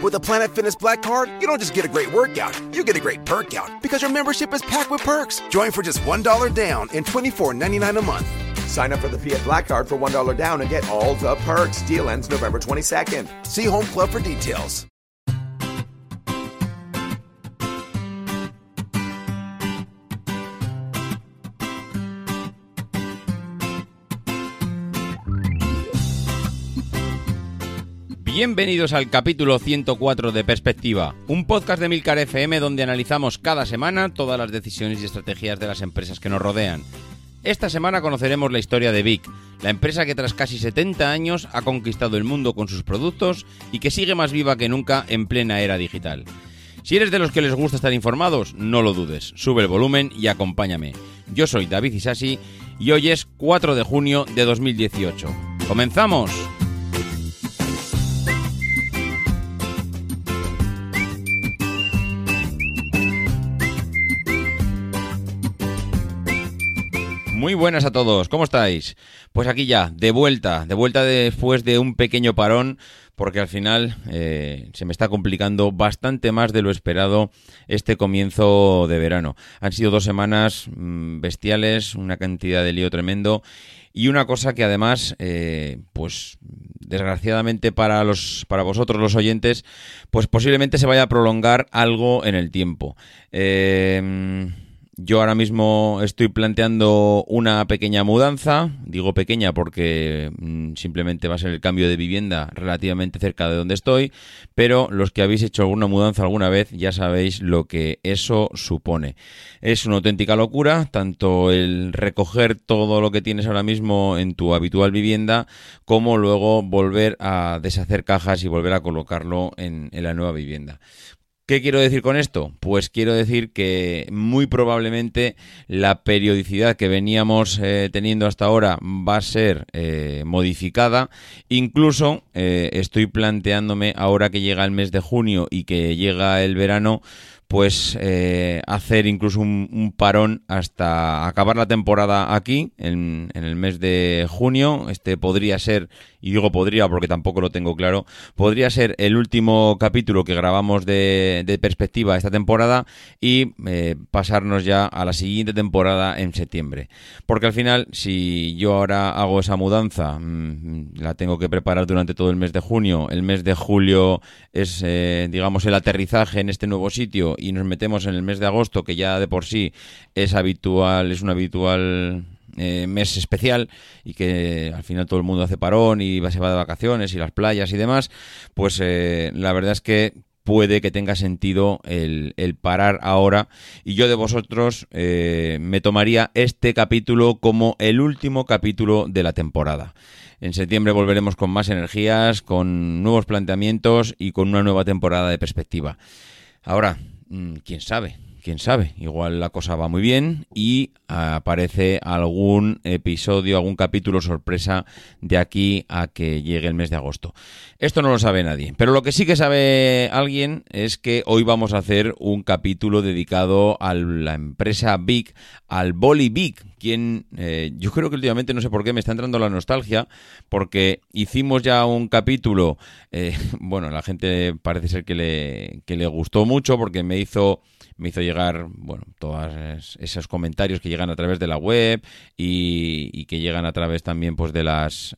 With a Planet Fitness Black Card, you don't just get a great workout, you get a great perk out because your membership is packed with perks. Join for just $1 down and $24.99 a month. Sign up for the Fiat Black Card for $1 down and get all the perks. Deal ends November 22nd. See Home Club for details. Bienvenidos al capítulo 104 de Perspectiva, un podcast de Milcar FM donde analizamos cada semana todas las decisiones y estrategias de las empresas que nos rodean. Esta semana conoceremos la historia de Vic, la empresa que tras casi 70 años ha conquistado el mundo con sus productos y que sigue más viva que nunca en plena era digital. Si eres de los que les gusta estar informados, no lo dudes, sube el volumen y acompáñame. Yo soy David Isasi y hoy es 4 de junio de 2018. ¡Comenzamos! Muy buenas a todos, ¿cómo estáis? Pues aquí ya, de vuelta después de un pequeño parón, porque al final se me está complicando bastante más de lo esperado este comienzo de verano. Han sido 2 semanas bestiales, una cantidad de lío tremendo y una cosa que además, pues desgraciadamente para vosotros los oyentes, pues posiblemente se vaya a prolongar algo en el tiempo. Yo ahora mismo estoy planteando una pequeña mudanza, digo pequeña porque simplemente va a ser el cambio de vivienda relativamente cerca de donde estoy, pero los que habéis hecho alguna mudanza alguna vez ya sabéis lo que eso supone. Es una auténtica locura, tanto el recoger todo lo que tienes ahora mismo en tu habitual vivienda, como luego volver a deshacer cajas y volver a colocarlo en la nueva vivienda. ¿Qué quiero decir con esto? Pues quiero decir que muy probablemente la periodicidad que veníamos teniendo hasta ahora va a ser modificada. Incluso estoy planteándome, ahora que llega el mes de junio y que llega el verano, pues hacer incluso un parón hasta acabar la temporada aquí, en el mes de junio. Este podría ser, y digo podría porque tampoco lo tengo claro, podría ser el último capítulo que grabamos de Perspectiva esta temporada y pasarnos ya a la siguiente temporada en septiembre. Porque al final, si yo ahora hago esa mudanza, la tengo que preparar durante todo el mes de junio, el mes de julio es, digamos, el aterrizaje en este nuevo sitio, y nos metemos en el mes de agosto, que ya de por sí es un habitual mes especial, y que al final todo el mundo hace parón y se va de vacaciones y las playas y demás, pues la verdad es que puede que tenga sentido el parar ahora, y yo de vosotros me tomaría este capítulo como el último capítulo de la temporada. En septiembre volveremos con más energías, con nuevos planteamientos y con una nueva temporada de Perspectiva. Ahora, quién sabe, igual la cosa va muy bien y aparece algún episodio, algún capítulo sorpresa de aquí a que llegue el mes de agosto. Esto no lo sabe nadie, pero lo que sí que sabe alguien es que hoy vamos a hacer un capítulo dedicado a la empresa Vic, al Boli Vic, quien yo creo que últimamente, no sé por qué, me está entrando la nostalgia, porque hicimos ya un capítulo, bueno, la gente parece ser que le gustó mucho, porque me hizo llegar, bueno, todos esos comentarios que llegan a través de la web y que llegan a través también, pues, de las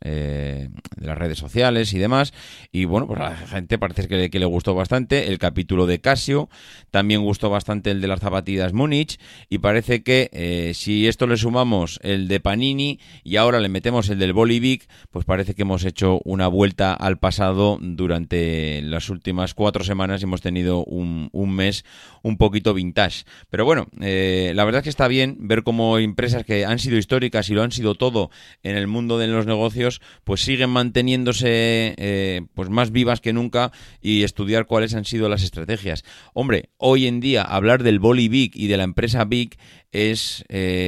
redes sociales y demás. Y bueno, pues a la gente parece que le gustó bastante el capítulo de Casio, también gustó bastante el de las zapatillas Múnich, y parece que si esto le sumamos el de Panini y ahora le metemos el del Boli Vic, pues parece que hemos hecho una vuelta al pasado durante las últimas 4 semanas y hemos tenido un mes un poquito vintage. Pero bueno, la verdad es que está bien ver cómo empresas que han sido históricas y lo han sido todo en el mundo de los negocios, pues siguen manteniéndose pues más vivas que nunca, y estudiar cuáles han sido las estrategias. Hombre, hoy en día hablar del Boli Vic y de la empresa Vic es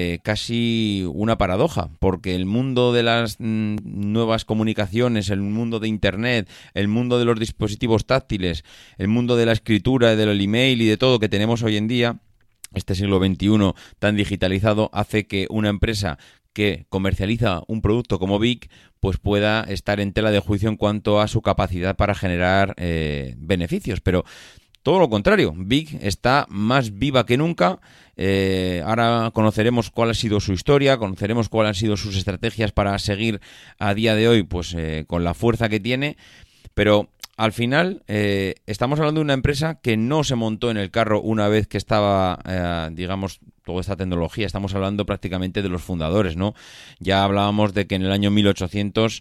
casi una paradoja, porque el mundo de las nuevas comunicaciones, el mundo de Internet, el mundo de los dispositivos táctiles, el mundo de la escritura, del email y de todo que tenemos hoy en día, este siglo XXI tan digitalizado, hace que una empresa que comercializa un producto como Bic pues pueda estar en tela de juicio en cuanto a su capacidad para generar beneficios, pero todo lo contrario, Bic está más viva que nunca. Ahora conoceremos cuál ha sido su historia, conoceremos cuáles han sido sus estrategias para seguir a día de hoy pues con la fuerza que tiene, pero al final estamos hablando de una empresa que no se montó en el carro una vez que estaba, digamos, toda esta tecnología. Estamos hablando prácticamente de los fundadores, ¿no? Ya hablábamos de que en el año 1800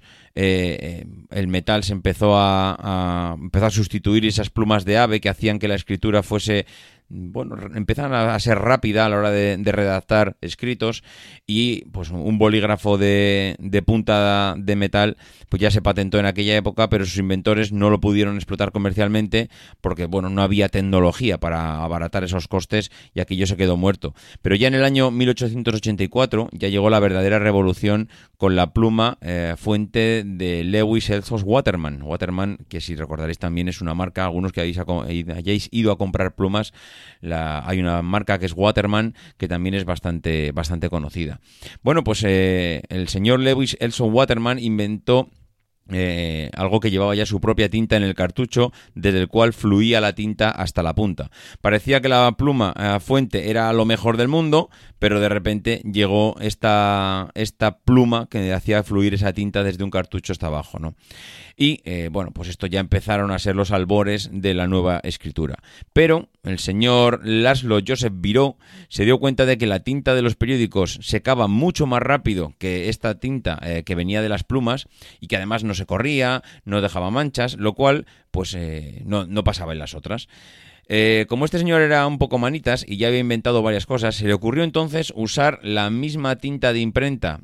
el metal se empezó a sustituir esas plumas de ave que hacían que la escritura fuese, bueno, empezaron a ser rápida a la hora de redactar escritos, y pues un bolígrafo de punta de metal pues ya se patentó en aquella época, pero sus inventores no lo pudieron explotar comercialmente porque, bueno, no había tecnología para abaratar esos costes y aquello se quedó muerto. Pero ya en el año 1884 ya llegó la verdadera revolución con la pluma fuente de Lewis Elsos Waterman. Waterman, que si recordaréis también es una marca, algunos que hayáis ido a comprar plumas, hay una marca que es Waterman, que también es bastante conocida. Bueno, pues el señor Lewis Elson Waterman inventó algo que llevaba ya su propia tinta en el cartucho, desde el cual fluía la tinta hasta la punta. Parecía que la pluma fuente era lo mejor del mundo, pero de repente llegó esta pluma que hacía fluir esa tinta desde un cartucho hasta abajo, ¿no? Y bueno, pues esto ya empezaron a ser los albores de la nueva escritura. Pero el señor Laszlo Joseph Biró se dio cuenta de que la tinta de los periódicos secaba mucho más rápido que esta tinta que venía de las plumas, y que además no se corría, no dejaba manchas, lo cual pues no pasaba en las otras. Como este señor era un poco manitas y ya había inventado varias cosas, se le ocurrió entonces usar la misma tinta de imprenta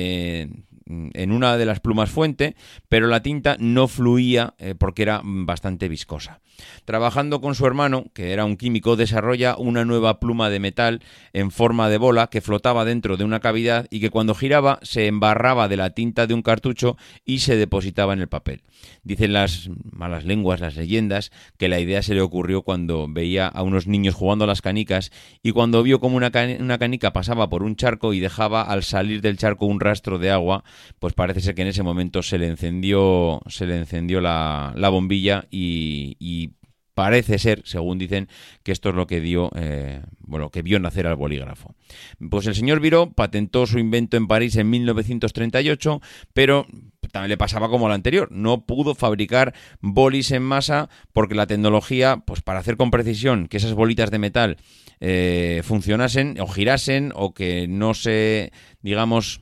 en una de las plumas fuente, pero la tinta no fluía porque era bastante viscosa. Trabajando con su hermano, que era un químico, desarrolla una nueva pluma de metal en forma de bola que flotaba dentro de una cavidad y que cuando giraba se embarraba de la tinta de un cartucho y se depositaba en el papel. Dicen las malas lenguas, las leyendas, que la idea se le ocurrió cuando veía a unos niños jugando a las canicas, y cuando vio como una canica pasaba por un charco y dejaba al salir del charco un rastro de agua, pues parece ser que en ese momento se le encendió la bombilla y parece ser, según dicen, que esto es lo que dio, que vio nacer al bolígrafo. Pues el señor Biró patentó su invento en París en 1938, pero también le pasaba como al anterior, no pudo fabricar bolis en masa porque la tecnología, pues para hacer con precisión que esas bolitas de metal funcionasen o girasen o que no se, digamos,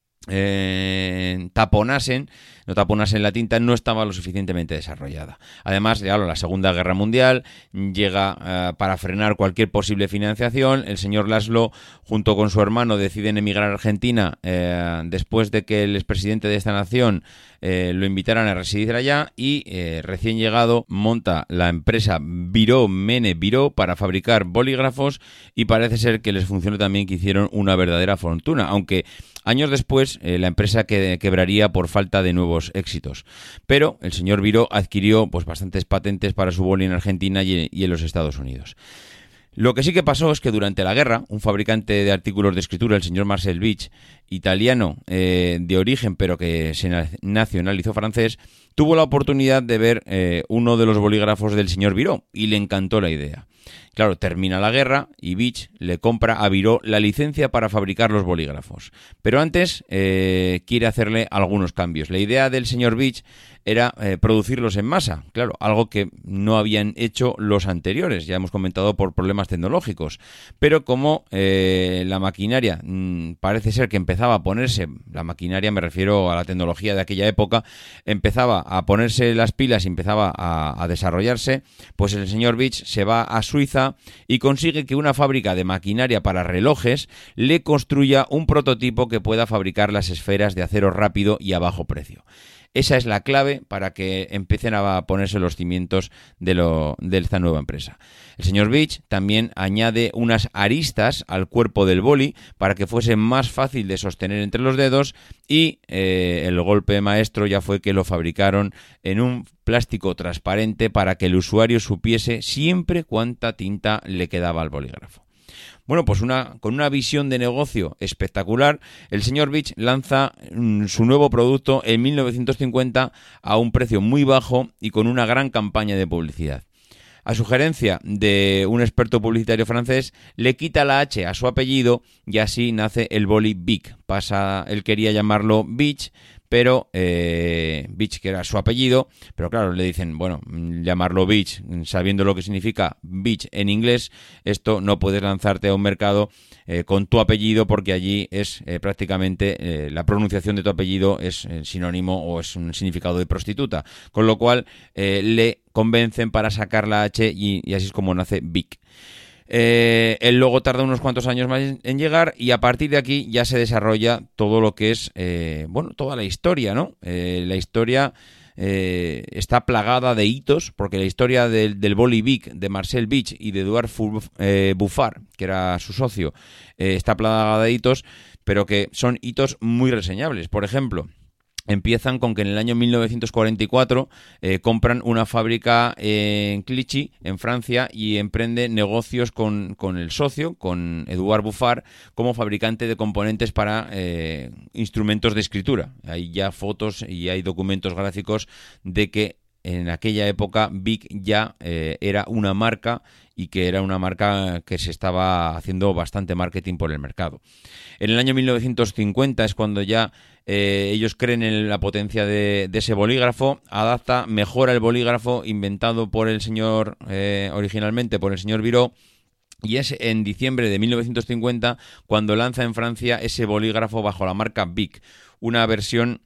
taponasen la tinta, no estaba lo suficientemente desarrollada. Además, claro, la Segunda Guerra Mundial llega para frenar cualquier posible financiación. El señor Laszlo, junto con su hermano, deciden emigrar a Argentina después de que el expresidente de esta nación lo invitaran a residir allá, y recién llegado monta la empresa Biró Mene Biró para fabricar bolígrafos, y parece ser que les funcionó también, que hicieron una verdadera fortuna, aunque años después la empresa quebraría por falta de nuevos éxitos. Pero el señor Biró adquirió pues bastantes patentes para su boli en Argentina y en los Estados Unidos. Lo que sí que pasó es que durante la guerra, un fabricante de artículos de escritura, el señor Marcel Bich, italiano de origen pero que se nacionalizó francés, tuvo la oportunidad de ver uno de los bolígrafos del señor Biró y le encantó la idea. Claro, termina la guerra y Bich le compra a Biró la licencia para fabricar los bolígrafos. Pero antes quiere hacerle algunos cambios. La idea del señor Bich era producirlos en masa. Claro, algo que no habían hecho los anteriores, ya hemos comentado, por problemas tecnológicos. Pero como la maquinaria parece ser que empezaba a ponerse, la maquinaria me refiero a la tecnología de aquella época, empezaba a ponerse las pilas y empezaba a desarrollarse, pues el señor Bich se va a Suiza y consigue que una fábrica de maquinaria para relojes le construya un prototipo que pueda fabricar las esferas de acero rápido y a bajo precio. Esa es la clave para que empiecen a ponerse los cimientos de esta nueva empresa. El señor Bich también añade unas aristas al cuerpo del boli para que fuese más fácil de sostener entre los dedos, y el golpe maestro ya fue que lo fabricaron en un plástico transparente para que el usuario supiese siempre cuánta tinta le quedaba al bolígrafo. Bueno, pues con una visión de negocio espectacular, el señor Bic lanza su nuevo producto en 1950 a un precio muy bajo y con una gran campaña de publicidad. A sugerencia de un experto publicitario francés, le quita la H a su apellido y así nace el boli Bic. Él quería llamarlo Bic, pero Bic, que era su apellido, pero claro, le dicen, bueno, llamarlo Bic, sabiendo lo que significa Bic en inglés, esto no puedes lanzarte a un mercado con tu apellido, porque allí es prácticamente la pronunciación de tu apellido es sinónimo o es un significado de prostituta, con lo cual le convencen para sacar la H y así es como nace Bic. Él luego tarda unos cuantos años más en llegar y a partir de aquí ya se desarrolla todo lo que es, toda la historia, ¿no? La historia está plagada de hitos, porque la historia del boli Bic, de Marcel Bic y de Eduard Buffard, que era su socio, está plagada de hitos, pero que son hitos muy reseñables. Por ejemplo, empiezan con que en el año 1944 compran una fábrica en Clichy, en Francia, y emprende negocios con el socio, con Eduard Buffard, como fabricante de componentes para instrumentos de escritura. Hay ya fotos y hay documentos gráficos de que en aquella época Bic ya era una marca y que era una marca que se estaba haciendo bastante marketing por el mercado. En el año 1950 es cuando ya ellos creen en la potencia de ese bolígrafo, mejora el bolígrafo inventado por el señor, originalmente por el señor Biro, y es en diciembre de 1950 cuando lanza en Francia ese bolígrafo bajo la marca Bic, una versión,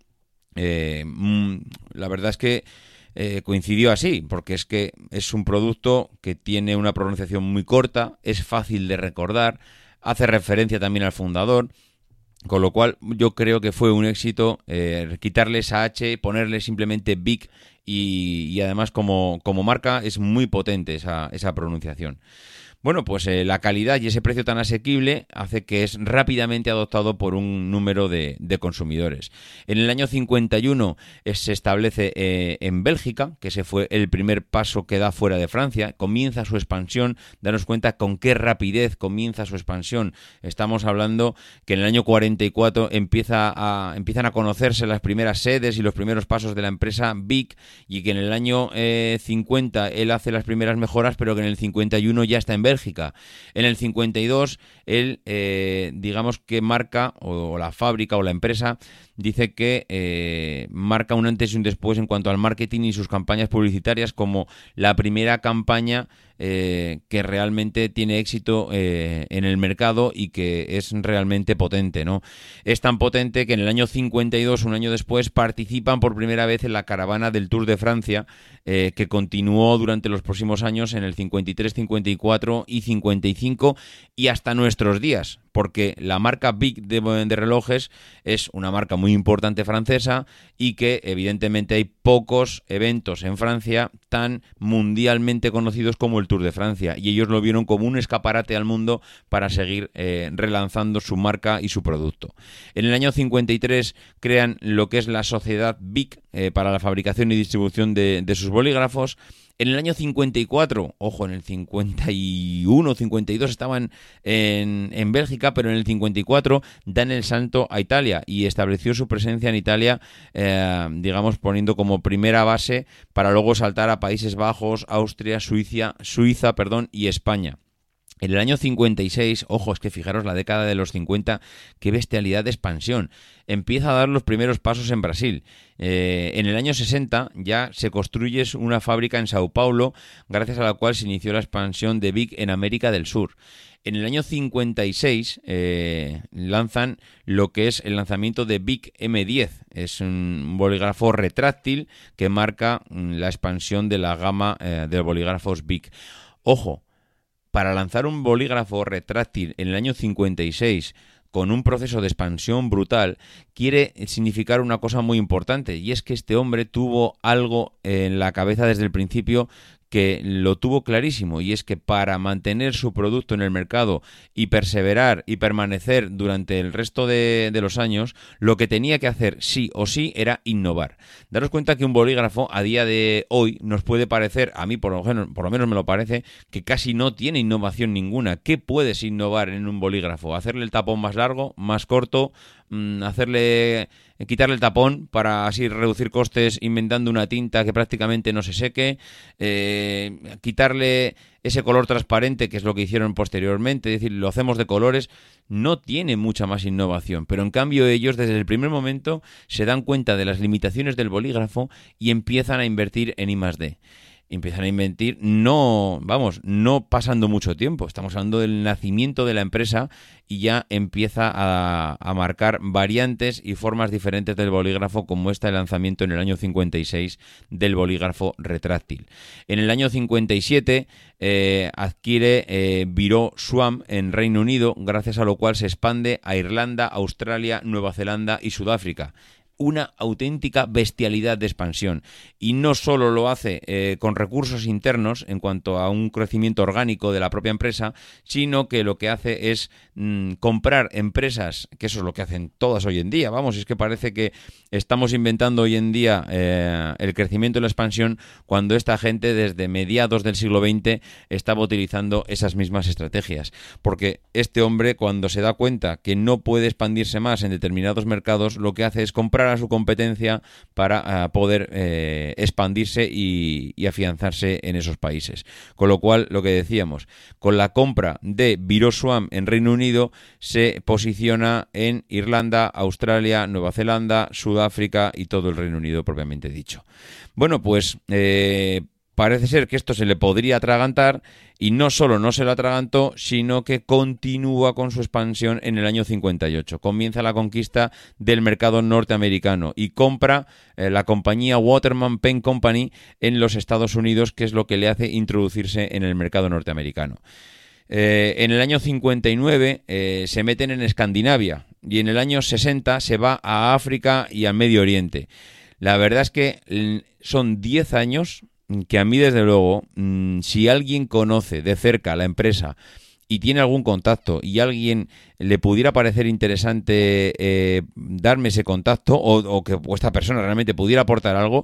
la verdad es que coincidió así, porque es que es un producto que tiene una pronunciación muy corta, es fácil de recordar, hace referencia también al fundador, con lo cual yo creo que fue un éxito quitarle esa H, ponerle simplemente Bic y además como marca es muy potente esa pronunciación. Bueno, pues la calidad y ese precio tan asequible hace que es rápidamente adoptado por un número de consumidores. En el año 51 se establece en Bélgica, que ese fue el primer paso que da fuera de Francia, comienza su expansión, daros cuenta con qué rapidez comienza su expansión. Estamos hablando que en el año 44 empiezan a conocerse las primeras sedes y los primeros pasos de la empresa Bic, y que en el año 50 él hace las primeras mejoras, pero que en el 51 ya está en Bélgica. En el 52 él, digamos que marca, o la fábrica o la empresa, dice que marca un antes y un después en cuanto al marketing y sus campañas publicitarias, como la primera campaña que realmente tiene éxito en el mercado y que es realmente potente, ¿no? Es tan potente que en el año 52, un año después, participan por primera vez en la caravana del Tour de Francia, que continuó durante los próximos años en el 53, 54 y 55 y hasta nuestros días, porque la marca Bic de relojes es una marca muy importante francesa y que evidentemente hay pocos eventos en Francia tan mundialmente conocidos como el Tour de Francia, y ellos lo vieron como un escaparate al mundo para seguir relanzando su marca y su producto. En el año 53 crean lo que es la sociedad Bic para la fabricación y distribución de sus bolígrafos. En el año 54, ojo, en el 51, 52 estaban en Bélgica, pero en el 54 dan el salto a Italia y estableció su presencia en Italia, digamos, poniendo como primera base para luego saltar a Países Bajos, Austria, Suiza, y España. En el año 56, ojo, es que fijaros la década de los 50, qué bestialidad de expansión. Empieza a dar los primeros pasos en Brasil. En el año 60 ya se construye una fábrica en Sao Paulo, gracias a la cual se inició la expansión de Bic en América del Sur. En el año 56 lanzan lo que es el lanzamiento de Bic M10. Es un bolígrafo retráctil que marca la expansión de la gama de bolígrafos Bic. Ojo, para lanzar un bolígrafo retráctil en el año 56 con un proceso de expansión brutal, quiere significar una cosa muy importante, y es que este hombre tuvo algo en la cabeza desde el principio que lo tuvo clarísimo, y es que para mantener su producto en el mercado y perseverar y permanecer durante el resto de los años, lo que tenía que hacer sí o sí era innovar. Daros cuenta que un bolígrafo a día de hoy nos puede parecer, a mí por lo menos me lo parece, que casi no tiene innovación ninguna. ¿Qué puedes innovar en un bolígrafo? ¿Hacerle el tapón más largo, más corto? Quitarle el tapón para así reducir costes inventando una tinta que prácticamente no se seque, quitarle ese color transparente, que es lo que hicieron posteriormente, es decir, lo hacemos de colores. No tiene mucha más innovación, pero en cambio ellos desde el primer momento se dan cuenta de las limitaciones del bolígrafo y empiezan a invertir en I+D. Empiezan a invertir, no pasando mucho tiempo. Estamos hablando del nacimiento de la empresa y ya empieza a marcar variantes y formas diferentes del bolígrafo, como el lanzamiento en el año 56 del bolígrafo retráctil. En el año 57 adquiere Biro Swan en Reino Unido, gracias a lo cual se expande a Irlanda, Australia, Nueva Zelanda y Sudáfrica. Una auténtica bestialidad de expansión, y no solo lo hace con recursos internos en cuanto a un crecimiento orgánico de la propia empresa, sino que lo que hace es comprar empresas, que eso es lo que hacen todas hoy en día. Es que parece que estamos inventando hoy en día el crecimiento y la expansión, cuando esta gente desde mediados del siglo XX estaba utilizando esas mismas estrategias, porque este hombre, cuando se da cuenta que no puede expandirse más en determinados mercados, lo que hace es comprar a su competencia para poder expandirse y afianzarse en esos países. Con lo cual, lo que decíamos, con la compra de Biro Swan en Reino Unido, se posiciona en Irlanda, Australia, Nueva Zelanda, Sudáfrica y todo el Reino Unido propiamente dicho. Bueno, pues parece ser que esto se le podría atragantar, y no solo no se lo atragantó, sino que continúa con su expansión en el año 58. Comienza la conquista del mercado norteamericano y compra la compañía Waterman Pen Company en los Estados Unidos, que es lo que le hace introducirse en el mercado norteamericano. En el año 59 se meten en Escandinavia, y en el año 60 se va a África y al Medio Oriente. La verdad es que son 10 años que a mí, desde luego, si alguien conoce de cerca la empresa y tiene algún contacto y alguien le pudiera parecer interesante darme ese contacto, o que esta persona realmente pudiera aportar algo,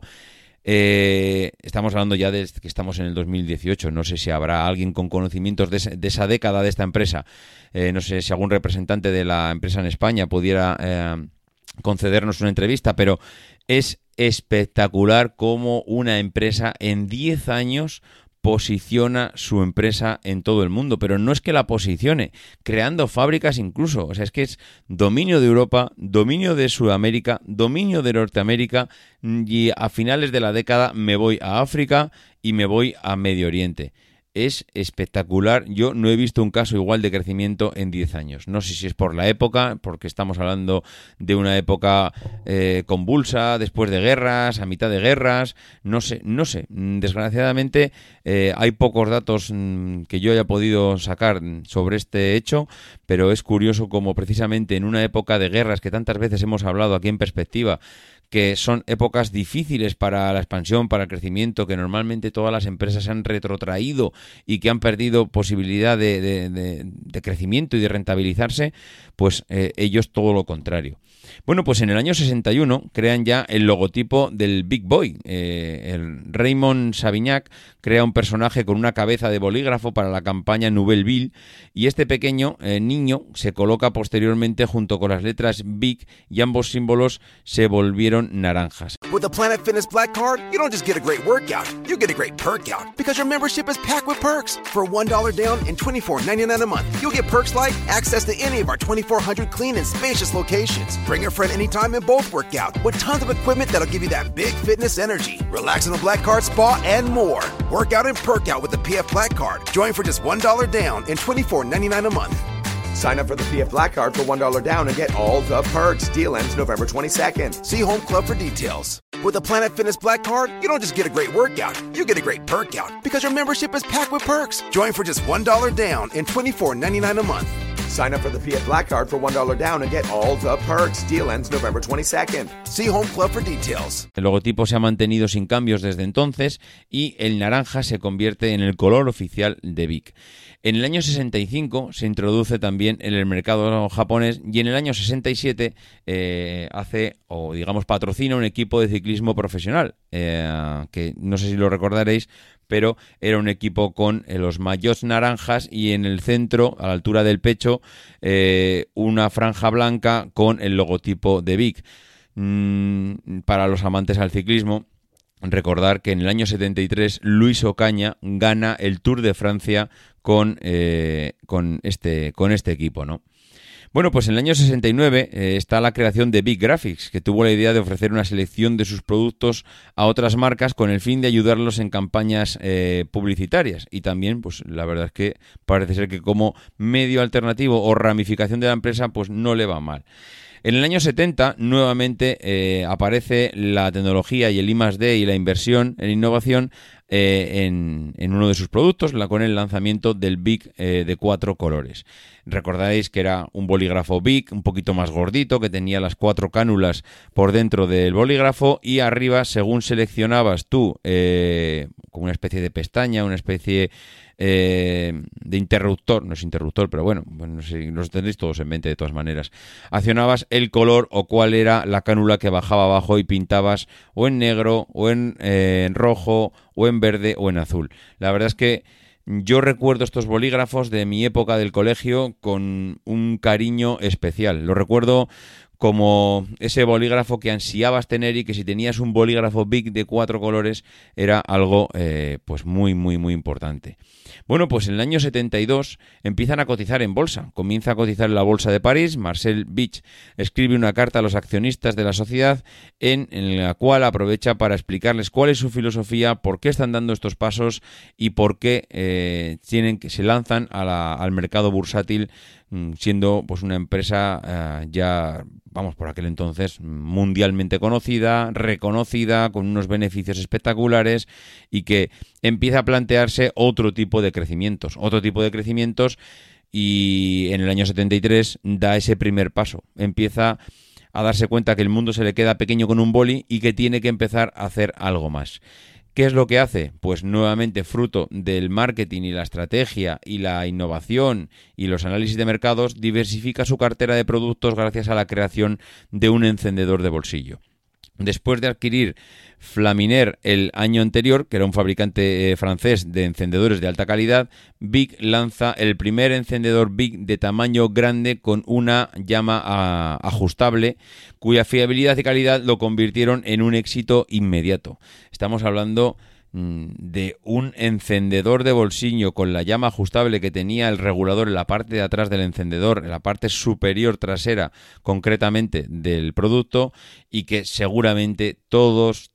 estamos hablando ya de que estamos en el 2018, no sé si habrá alguien con conocimientos de esa década de esta empresa, no sé si algún representante de la empresa en España pudiera concedernos una entrevista, pero es espectacular cómo una empresa en 10 años posiciona su empresa en todo el mundo, pero no es que la posicione, creando fábricas incluso, o sea, es que es dominio de Europa, dominio de Sudamérica, dominio de Norteamérica, y a finales de la década me voy a África y me voy a Medio Oriente. Es espectacular. Yo no he visto un caso igual de crecimiento en 10 años. No sé si es por la época, porque estamos hablando de una época convulsa, después de guerras, a mitad de guerras, no sé. Desgraciadamente hay pocos datos que yo haya podido sacar sobre este hecho, pero es curioso cómo precisamente en una época de guerras, que tantas veces hemos hablado aquí en Perspectiva, que son épocas difíciles para la expansión, para el crecimiento, que normalmente todas las empresas se han retrotraído y que han perdido posibilidad de crecimiento y de rentabilizarse, pues ellos todo lo contrario. Bueno, pues en el año 61 crean ya el logotipo del Big Boy. El Raymond Savignac crea un personaje con una cabeza de bolígrafo para la campaña Nouvelle Ville, y este pequeño niño se coloca posteriormente junto con las letras Big, y ambos símbolos se volvieron naranjas. With the Planet Fitness Black Card, you don't just get a great workout, you get a great perk out, because your membership is packed with perks. For $1 down and $24.99 a month, you'll get perks like access to any of our 2,400 clean and spacious locations. Bring a friend anytime and both work out, with tons of equipment that'll give you that big fitness energy. Relax in the Black Card spa and more. Work out and perk out with the PF Black Card. Join for just $1 down and $24.99 a month. Sign up for the PF Black Card for $1 down and get all the perks. Deal ends November 22nd. See Home Club for details. With the Planet Fitness Black Card, you don't just get a great workout, you get a great perk out, because your membership is packed with perks. Join for just $1 down and $24.99 a month. Sign up for the Fiat Black Card for $1 down and get all the perks. Deal ends November 22nd. See Home Club for details. El logotipo se ha mantenido sin cambios desde entonces y el naranja se convierte en el color oficial de Bic. En el año 65 se introduce también en el mercado japonés y en el año 67 patrocina un equipo de ciclismo profesional, que no sé si lo recordaréis, pero era un equipo con los maillots naranjas y en el centro, a la altura del pecho, una franja blanca con el logotipo de Bic. Para los amantes al ciclismo, recordar que en el año 73 Luis Ocaña gana el Tour de Francia con este equipo, ¿no? Bueno, pues en el año 69 está la creación de Bic Graphics, que tuvo la idea de ofrecer una selección de sus productos a otras marcas con el fin de ayudarlos en campañas publicitarias. Y también, pues la verdad es que parece ser que como medio alternativo o ramificación de la empresa, pues no le va mal. En el año 70, nuevamente, aparece la tecnología y el I+D y la inversión en innovación en uno de sus productos, con el lanzamiento del Bic de 4 colores. Recordaréis que era un bolígrafo Bic, un poquito más gordito, que tenía las 4 cánulas por dentro del bolígrafo y arriba, según seleccionabas tú, como una especie de pestaña, una especie de interruptor, no es interruptor, pero bueno, no sé, los tendréis todos en mente de todas maneras. Accionabas el color o cuál era la cánula que bajaba abajo y pintabas o en negro, o en rojo, o en verde, o en azul. La verdad es que yo recuerdo estos bolígrafos de mi época del colegio con un cariño especial. Lo recuerdo como ese bolígrafo que ansiabas tener y que si tenías un bolígrafo Bic de 4 colores era algo pues muy, muy, muy importante. Bueno, pues en el año 72 empiezan a cotizar en bolsa. Comienza a cotizar en la bolsa de París. Marcel Bich escribe una carta a los accionistas de la sociedad en la cual aprovecha para explicarles cuál es su filosofía, por qué están dando estos pasos y por qué se lanzan al mercado bursátil, siendo pues una empresa por aquel entonces mundialmente conocida, reconocida, con unos beneficios espectaculares y que empieza a plantearse otro tipo de crecimientos y en el año 73 da ese primer paso. Empieza a darse cuenta que el mundo se le queda pequeño con un boli y que tiene que empezar a hacer algo más. ¿Qué es lo que hace? Pues nuevamente fruto del marketing y la estrategia y la innovación y los análisis de mercados, diversifica su cartera de productos gracias a la creación de un encendedor de bolsillo. Después de adquirir Flaminer el año anterior, que era un fabricante francés de encendedores de alta calidad, Bic lanza el primer encendedor Bic de tamaño grande con una llama ajustable, cuya fiabilidad y calidad lo convirtieron en un éxito inmediato. Estamos hablando de un encendedor de bolsillo con la llama ajustable que tenía el regulador en la parte de atrás del encendedor, en la parte superior trasera concretamente del producto, y que seguramente todos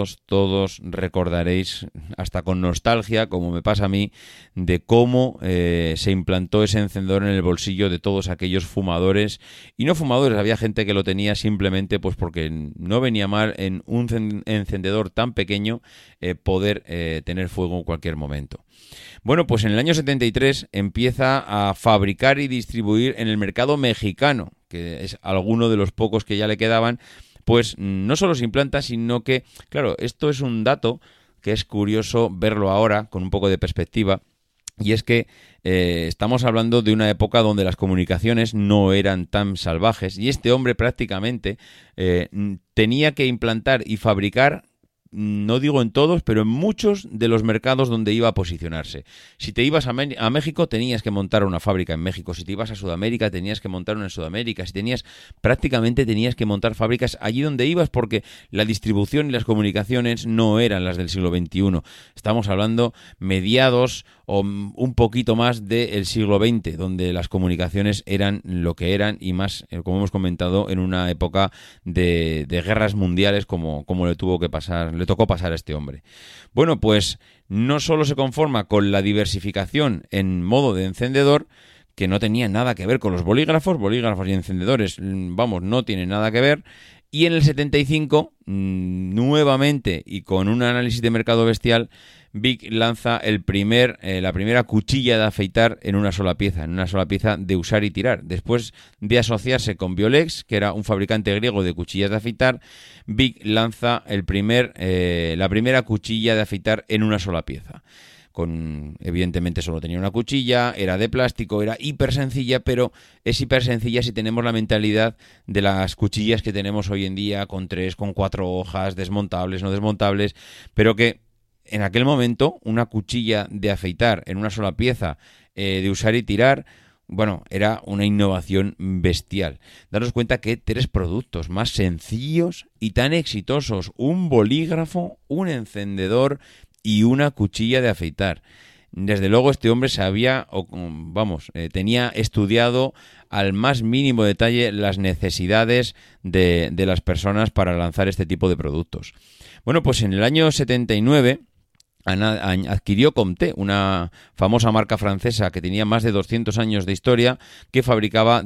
recordaréis hasta con nostalgia, como me pasa a mí, de cómo se implantó ese encendedor en el bolsillo de todos aquellos fumadores y no fumadores. Había gente que lo tenía simplemente pues porque no venía mal en un encendedor tan pequeño poder tener fuego en cualquier momento. Bueno, pues en el año 73 empieza a fabricar y distribuir en el mercado mexicano, que es alguno de los pocos que ya le quedaban. Pues no solo se implanta, sino que, claro, esto es un dato que es curioso verlo ahora con un poco de perspectiva, y es que estamos hablando de una época donde las comunicaciones no eran tan salvajes, y este hombre prácticamente tenía que implantar y fabricar, no digo en todos, pero en muchos de los mercados donde iba a posicionarse. Si te ibas a México, tenías que montar una fábrica en México. Si te ibas a Sudamérica, tenías que montar una en Sudamérica. Prácticamente tenías que montar fábricas allí donde ibas, porque la distribución y las comunicaciones no eran las del siglo XXI. Estamos hablando mediados o un poquito más del siglo XX, donde las comunicaciones eran lo que eran, y más, como hemos comentado, en una época de guerras mundiales como le tocó pasar a este hombre. Bueno, pues no solo se conforma con la diversificación en modo de encendedor, que no tenía nada que ver con los bolígrafos y encendedores, no tienen nada que ver, Y en el 75, nuevamente y con un análisis de mercado bestial, Bic lanza la primera cuchilla de afeitar en una sola pieza de usar y tirar. Después de asociarse con Biolex, que era un fabricante griego de cuchillas de afeitar, Bic lanza la primera cuchilla de afeitar en una sola pieza. Evidentemente solo tenía una cuchilla, era de plástico, era hiper sencilla, pero es hiper sencilla si tenemos la mentalidad de las cuchillas que tenemos hoy en día, con 3, con 4 hojas, desmontables, no desmontables, pero que en aquel momento una cuchilla de afeitar en una sola pieza, de usar y tirar, bueno, era una innovación bestial. Daros cuenta que 3 productos más sencillos y tan exitosos: un bolígrafo, un encendedor y una cuchilla de afeitar. Desde luego este hombre tenía estudiado al más mínimo detalle las necesidades de las personas para lanzar este tipo de productos. Bueno, pues en el año 79 adquirió Comté, una famosa marca francesa que tenía más de 200 años de historia, que fabricaba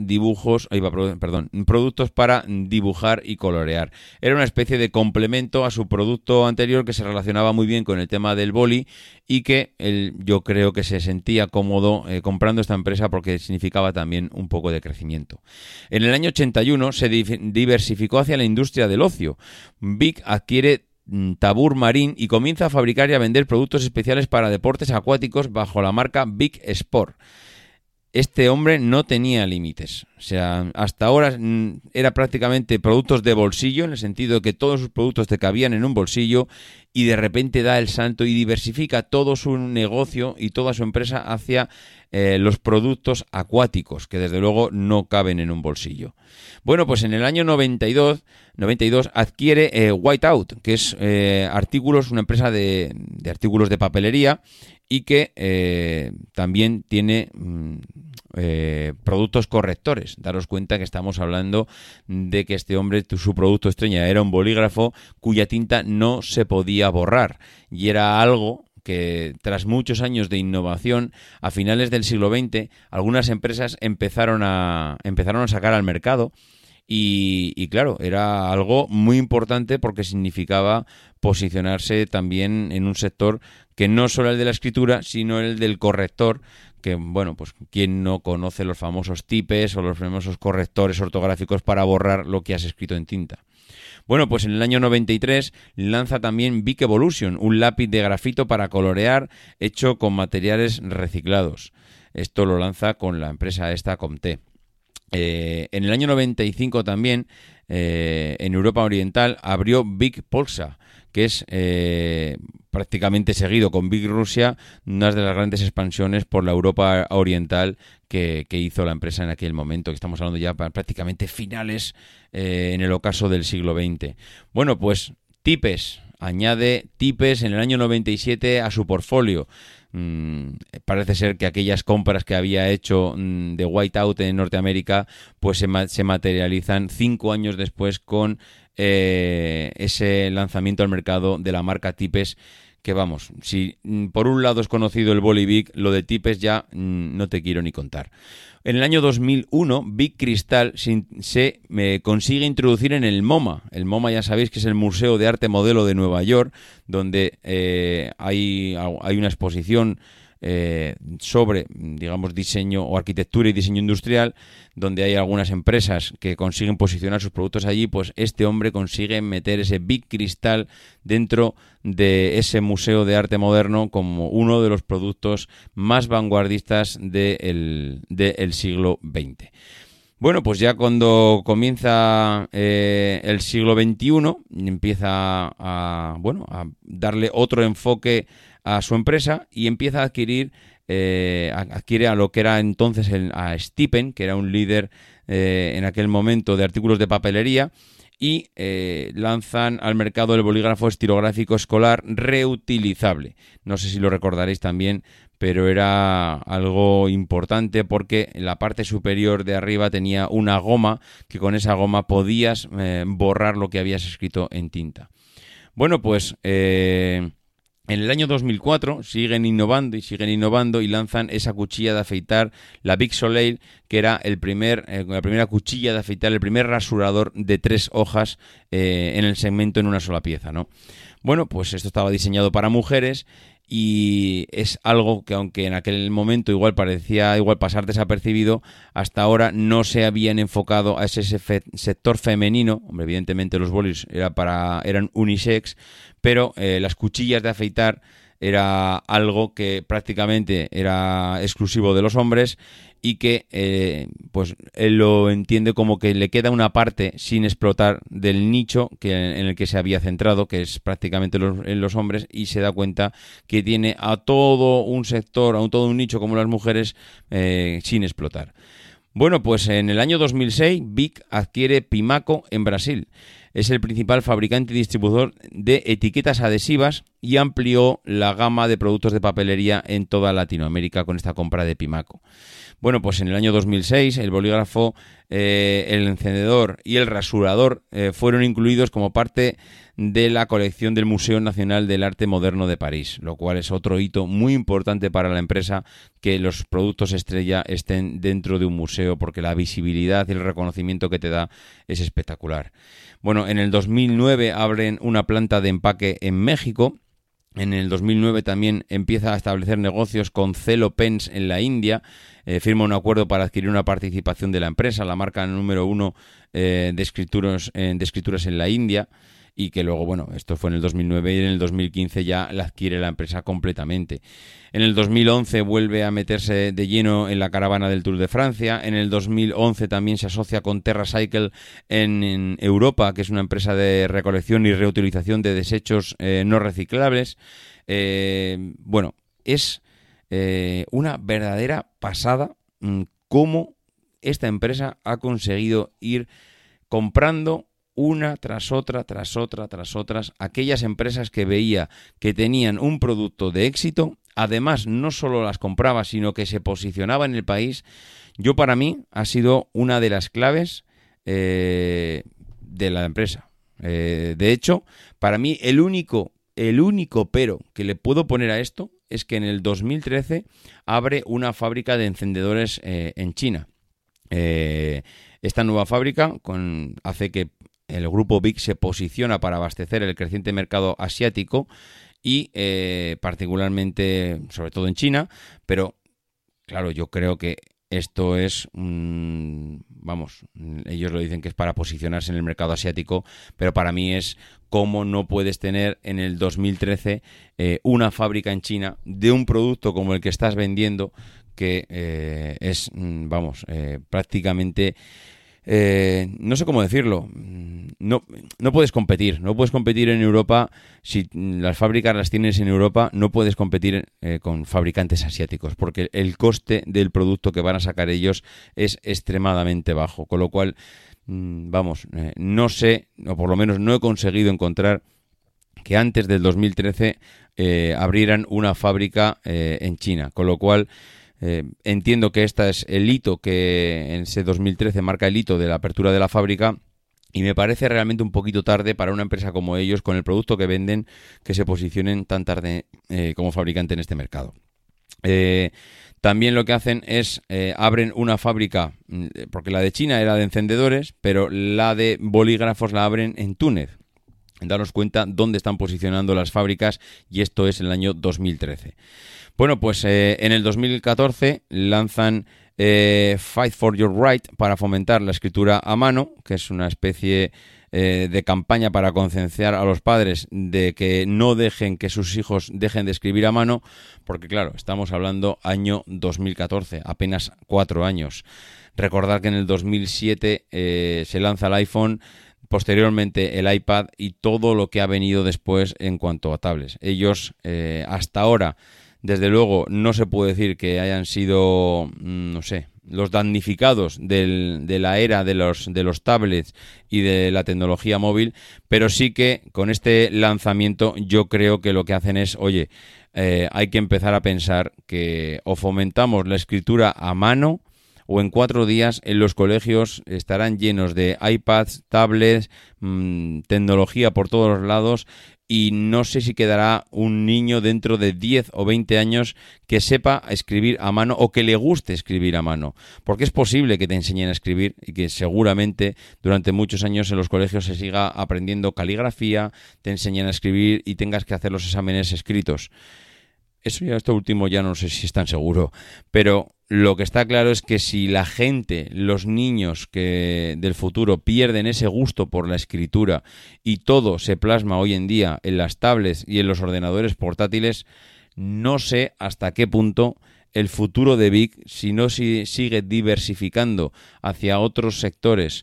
productos para dibujar y colorear. Era una especie de complemento a su producto anterior, que se relacionaba muy bien con el tema del boli, y que yo creo que se sentía cómodo comprando esta empresa porque significaba también un poco de crecimiento. En el año 81 se diversificó hacia la industria del ocio. Bic adquiere Tabur Marine y comienza a fabricar y a vender productos especiales para deportes acuáticos bajo la marca Bic Sport. Este hombre no tenía límites. O sea, hasta ahora era prácticamente productos de bolsillo, en el sentido de que todos sus productos te cabían en un bolsillo, y de repente da el salto y diversifica todo su negocio y toda su empresa hacia los productos acuáticos, que desde luego no caben en un bolsillo. Bueno, pues en el año 92 adquiere Whiteout, que es una empresa de artículos de papelería, y que también tiene productos correctores. Daros cuenta que estamos hablando de que este hombre, su producto estrella era un bolígrafo cuya tinta no se podía borrar, y era algo que tras muchos años de innovación, a finales del siglo XX, algunas empresas empezaron a sacar al mercado. Y claro, era algo muy importante porque significaba posicionarse también en un sector que no solo el de la escritura, sino el del corrector, que, bueno, pues quién no conoce los famosos tipes o los famosos correctores ortográficos para borrar lo que has escrito en tinta. Bueno, pues en el año 93 lanza también Bic Evolution, un lápiz de grafito para colorear hecho con materiales reciclados. Esto lo lanza con la empresa esta Comté. En el año 95 también, en Europa Oriental, abrió Bic Polsa, que es prácticamente seguido con Bic Rusia, una de las grandes expansiones por la Europa Oriental que hizo la empresa en aquel momento, que estamos hablando ya prácticamente finales en el ocaso del siglo XX. Bueno, pues Tipes, añade Tipes en el año 97 a su portfolio. Parece ser que aquellas compras que había hecho de Whiteout en Norteamérica pues se materializan 5 años después con ese lanzamiento al mercado de la marca Tipes, que vamos, si por un lado es conocido el boli Bic, lo de Tipes ya no te quiero ni contar. En el año 2001, Bic Cristal se consigue introducir en el MoMA. El MoMA, ya sabéis que es el Museo de Arte Modelo de Nueva York, donde hay una exposición sobre, digamos, diseño o arquitectura y diseño industrial, donde hay algunas empresas que consiguen posicionar sus productos allí. Pues este hombre consigue meter ese Bic Cristal dentro de ese Museo de Arte Moderno como uno de los productos más vanguardistas del siglo XX. Bueno, pues ya cuando comienza el siglo XXI, empieza a darle otro enfoque a su empresa y empieza a adquiere a lo que era entonces a Stipen, que era un líder en aquel momento de artículos de papelería, y lanzan al mercado el bolígrafo estilográfico escolar reutilizable. No sé si lo recordaréis también, pero era algo importante porque en la parte superior de arriba tenía una goma, que con esa goma podías borrar lo que habías escrito en tinta. Bueno, pues En el año 2004 siguen innovando y lanzan esa cuchilla de afeitar, la Big Soleil, que era la primera cuchilla de afeitar, el primer rasurador de 3 hojas en el segmento en una sola pieza, ¿no? Bueno, pues esto estaba diseñado para mujeres y es algo que, aunque en aquel momento parecía pasar desapercibido, hasta ahora no se habían enfocado a ese sector femenino. Hombre, evidentemente los bolis eran unisex, pero las cuchillas de afeitar era algo que prácticamente era exclusivo de los hombres y que pues él lo entiende como que le queda una parte sin explotar del nicho en el que se había centrado, que es prácticamente en los hombres, y se da cuenta que tiene a todo un sector, a todo un nicho como las mujeres sin explotar. Bueno, pues en el año 2006 BIC adquiere Pimaco en Brasil. Es el principal fabricante y distribuidor de etiquetas adhesivas y amplió la gama de productos de papelería en toda Latinoamérica con esta compra de Pimaco. Bueno, pues en el año 2006 el bolígrafo, el encendedor y el rasurador fueron incluidos como parte de la colección del Museo Nacional del Arte Moderno de París, lo cual es otro hito muy importante para la empresa, que los productos estrella estén dentro de un museo, porque la visibilidad y el reconocimiento que te da es espectacular. Bueno, en el 2009 abren una planta de empaque en México. En el 2009 también empieza a establecer negocios con Cello Pens en la India. Firma un acuerdo para adquirir una participación de la empresa, la marca número 1 de escrituras en la India, y que luego, bueno, esto fue en el 2009 y en el 2015 ya la adquiere la empresa completamente. En el 2011 vuelve a meterse de lleno en la caravana del Tour de Francia. En el 2011 también se asocia con TerraCycle en Europa, que es una empresa de recolección y reutilización de desechos no reciclables. Bueno, es una verdadera pasada cómo esta empresa ha conseguido ir comprando una tras otra, aquellas empresas que veía que tenían un producto de éxito. Además, no solo las compraba, sino que se posicionaba en el país. Para mí, ha sido una de las claves de la empresa. De hecho, para mí, el único pero que le puedo poner a esto es que en el 2013 abre una fábrica de encendedores en China. Esta nueva fábrica hace que el grupo BIC se posiciona para abastecer el creciente mercado asiático y particularmente, sobre todo en China, pero claro, yo creo que esto es, ellos lo dicen que es para posicionarse en el mercado asiático, pero para mí es cómo no puedes tener en el 2013 una fábrica en China de un producto como el que estás vendiendo, que es, prácticamente... no sé cómo decirlo, no puedes competir en Europa. Si las fábricas las tienes en Europa, no puedes competir con fabricantes asiáticos, porque el coste del producto que van a sacar ellos es extremadamente bajo, con lo cual no sé, o por lo menos no he conseguido encontrar que antes del 2013 abrieran una fábrica en China, con lo cual entiendo que este es el hito, que en ese 2013 marca el hito de la apertura de la fábrica, y me parece realmente un poquito tarde para una empresa como ellos, con el producto que venden, que se posicionen tan tarde como fabricante en este mercado. También lo que hacen es abren una fábrica, porque la de China era de encendedores, pero la de bolígrafos la abren en Túnez. Daros cuenta dónde están posicionando las fábricas, y esto es en el año 2013. Bueno, pues en el 2014 lanzan Fight for Your Right para fomentar la escritura a mano, que es una especie de campaña para concienciar a los padres de que no dejen que sus hijos dejen de escribir a mano, porque claro, estamos hablando año 2014, apenas 4 años. Recordad que en el 2007 se lanza el iPhone, posteriormente el iPad y todo lo que ha venido después en cuanto a tablets. Ellos hasta ahora, desde luego, no se puede decir que hayan sido, los damnificados de la era de los tablets y de la tecnología móvil, pero sí que con este lanzamiento yo creo que lo que hacen es, hay que empezar a pensar que o fomentamos la escritura a mano, o en 4 días en los colegios estarán llenos de iPads, tablets, tecnología por todos los lados, y no sé si quedará un niño dentro de 10 o 20 años que sepa escribir a mano o que le guste escribir a mano, porque es posible que te enseñen a escribir y que seguramente durante muchos años en los colegios se siga aprendiendo caligrafía, te enseñan a escribir y tengas que hacer los exámenes escritos. Eso ya, esto último ya no sé si es tan seguro, pero lo que está claro es que si la gente, los niños que del futuro pierden ese gusto por la escritura y todo se plasma hoy en día en las tablets y en los ordenadores portátiles, no sé hasta qué punto el futuro de Vic, si no sigue diversificando hacia otros sectores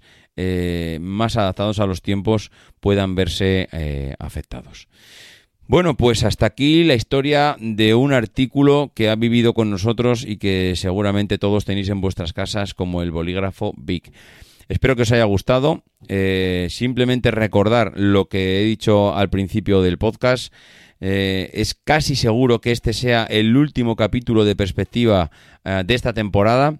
más adaptados a los tiempos, puedan verse afectados. Bueno, pues hasta aquí la historia de un artículo que ha vivido con nosotros y que seguramente todos tenéis en vuestras casas, como el bolígrafo Bic. Espero que os haya gustado. Simplemente recordar lo que he dicho al principio del podcast. Es casi seguro que este sea el último capítulo de Perspectiva de esta temporada.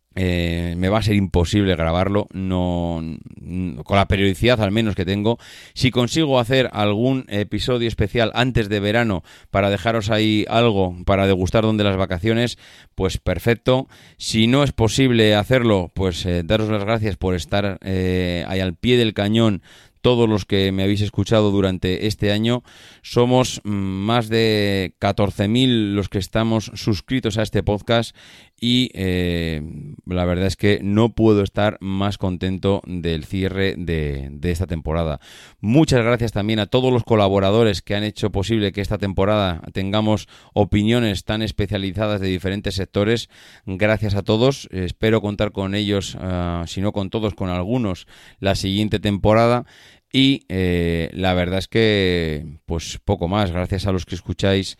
Me va a ser imposible grabarlo, no con la periodicidad al menos que tengo. Si consigo hacer algún episodio especial antes de verano para dejaros ahí algo para degustar donde las vacaciones, pues perfecto. Si no es posible hacerlo, pues daros las gracias por estar ahí al pie del cañón. Todos los que me habéis escuchado durante este año, somos más de 14.000 los que estamos suscritos a este podcast y la verdad es que no puedo estar más contento del cierre de esta temporada. Muchas gracias también a todos los colaboradores que han hecho posible que esta temporada tengamos opiniones tan especializadas de diferentes sectores. Gracias a todos, espero contar con ellos, si no con todos, con algunos, la siguiente temporada. Y la verdad es que pues poco más, gracias a los que escucháis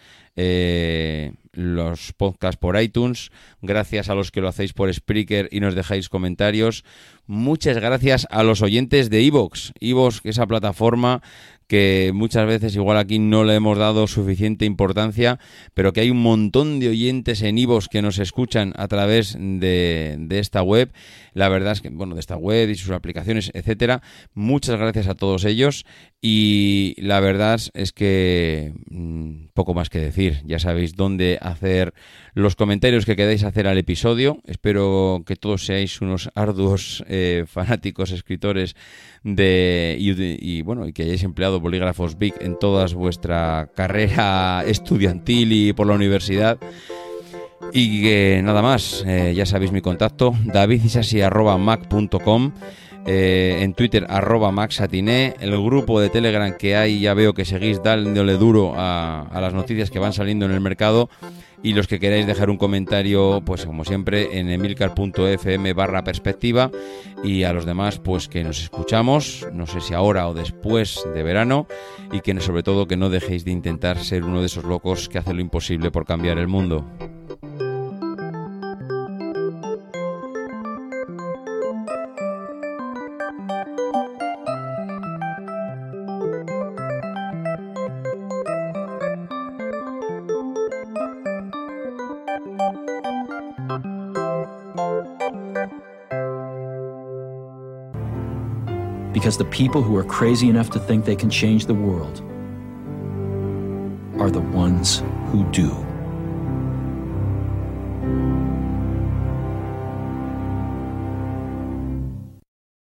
los podcasts por iTunes, gracias a los que lo hacéis por Spreaker y nos dejáis comentarios, muchas gracias a los oyentes de iVoox, esa plataforma que muchas veces igual aquí no le hemos dado suficiente importancia, pero que hay un montón de oyentes en iVoox que nos escuchan a través de esta web. La verdad es que, bueno, de esta web y sus aplicaciones, etcétera. Muchas gracias a todos ellos y la verdad es que poco más que decir. Ya sabéis dónde hacer los comentarios que queráis hacer al episodio. Espero que todos seáis unos arduos fanáticos escritores y que hayáis empleado bolígrafos Bic en toda vuestra carrera estudiantil y por la universidad. Y nada más, ya sabéis mi contacto, davidisasi@mac.com, en Twitter @maxatiné, el grupo de Telegram que hay, ya veo que seguís dándole duro a las noticias que van saliendo en el mercado, y los que queráis dejar un comentario, pues como siempre en emilcar.fm/perspectiva, y a los demás pues que nos escuchamos, no sé si ahora o después de verano, y que sobre todo que no dejéis de intentar ser uno de esos locos que hace lo imposible por cambiar el mundo. Because the people who are crazy enough to think they can change the world are the ones who do.